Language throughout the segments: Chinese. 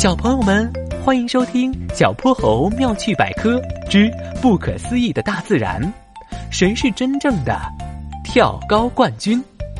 小朋友们，欢迎收听小泼猴妙趣百科之不可思议的大自然。谁是真正的跳高冠军？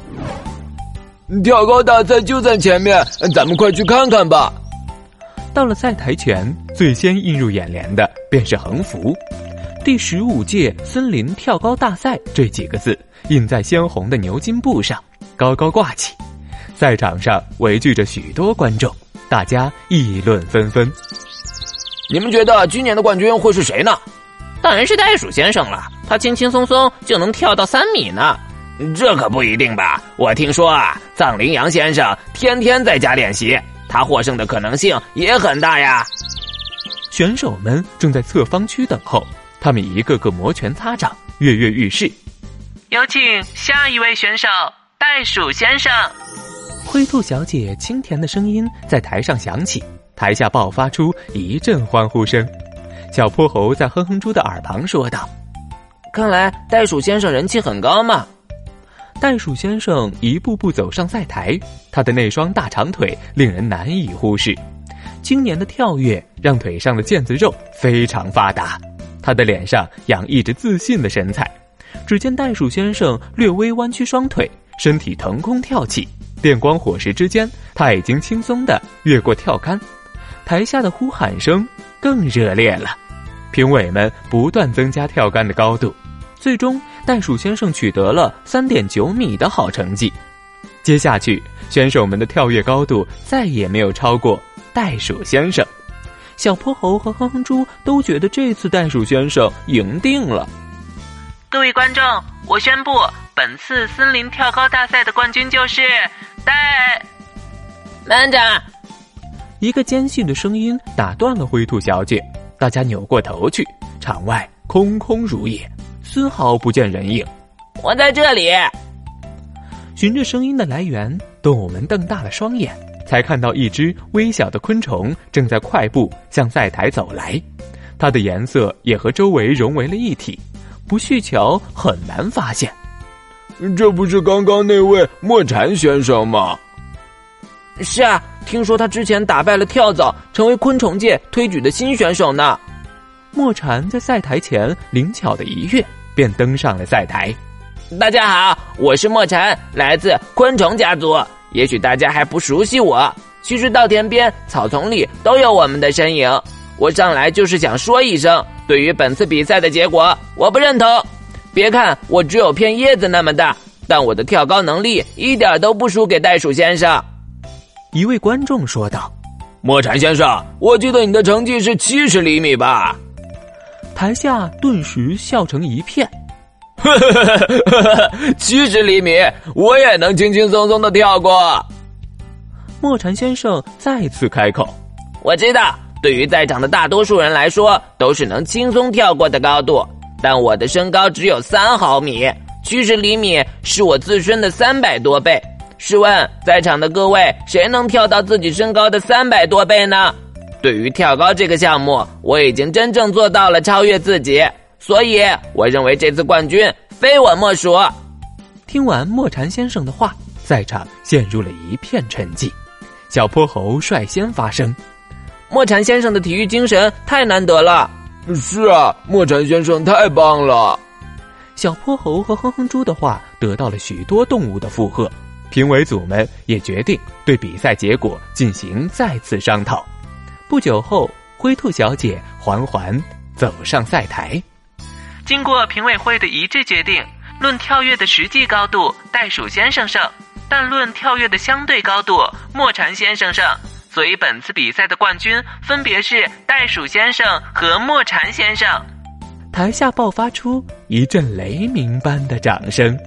跳高大赛就在前面，咱们快去看看吧。 到了赛台前，最先映入眼帘的便是横幅。第15届森林跳高大赛这几个字印在鲜红的牛津布上，高高挂起。赛场上围聚着许多观众，大家议论纷纷。 你们觉得今年的冠军会是谁呢？ 当然是袋鼠先生了，他轻轻松松就能跳到3米呢。 这可不一定吧，我听说啊，藏羚羊先生天天在家练习，他获胜的可能性也很大呀。 选手们正在侧方区等候，他们一个个摩拳擦掌，跃跃欲试。 有请下一位选手，袋鼠先生。 灰兔小姐清甜的声音在台上响起，台下爆发出一阵欢呼声。小泼猴在哼哼猪的耳旁说道： 看来袋鼠先生人气很高嘛。 袋鼠先生一步步走上赛台，他的那双大长腿令人难以忽视。今年的跳跃让腿上的腱子肉非常发达，他的脸上洋溢着自信的神采。只见袋鼠先生略微弯曲双腿，身体腾空跳起，电光火石之间，他已经轻松地越过跳杆。台下的呼喊声更热烈了，评委们不断增加跳杆的高度，最终袋鼠先生取得了3.9米的好成绩。接下去选手们的跳跃高度再也没有超过袋鼠先生。小泼猴和哼哼猪都觉得这次袋鼠先生赢定了。 各位观众，我宣布本次森林跳高大赛的冠军就是慢着！ 一个尖细的声音打断了灰兔小姐，大家扭过头去，场外空空如也，丝毫不见人影。 我在这里！ 循着声音的来源，动物们瞪大了双眼，才看到一只微小的昆虫正在快步向赛台走来，它的颜色也和周围融为了一体，不细瞧很难发现。 这不是刚刚那位莫蝉先生吗？ 是啊，听说他之前打败了跳蚤，成为昆虫界推举的新选手呢。 莫蝉在赛台前灵巧的一跃，便登上了赛台。 大家好，我是莫蝉，来自昆虫家族。也许大家还不熟悉我，其实稻田边、草丛里都有我们的身影。我上来就是想说一声，对于本次比赛的结果，我不认同。别看我只有片叶子那么大，但我的跳高能力一点都不输给袋鼠先生。 一位观众说道： 莫蝉先生，我记得你的成绩是70厘米吧？ 台下顿时笑成一片。 70厘米，我也能轻轻松松地跳过。 莫蝉先生再次开口： 我知道，对于在场的大多数人来说，都是能轻松跳过的高度，但我的身高只有3毫米，70厘米是我自身的300多倍。试问，在场的各位，谁能跳到自己身高的300多倍呢？对于跳高这个项目，我已经真正做到了超越自己，所以我认为这次冠军非我莫属。 听完莫蝉先生的话，赛场陷入了一片沉寂。小泼猴率先发声： 莫蝉先生的体育精神太难得了。 是啊，莫蝉先生太棒了。 小泼猴和哼哼猪的话得到了许多动物的附和，评委组们也决定对比赛结果进行再次商讨。不久后，灰兔小姐缓缓走上赛台。 经过评委会的一致决定，论跳跃的实际高度，袋鼠先生胜，但论跳跃的相对高度，莫蝉先生胜。所以本次比赛的冠军分别是袋鼠先生和莫蝉先生。 台下爆发出一阵雷鸣般的掌声。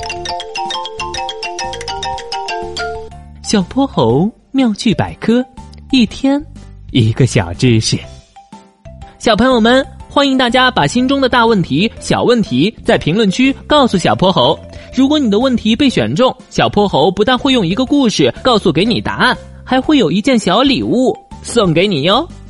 小泼猴妙趣百科，一天一个小知识。小朋友们，欢迎大家把心中的大问题、小问题在评论区告诉小泼猴。如果你的问题被选中，小泼猴不但会用一个故事告诉给你答案，还会有一件小礼物送给你哟。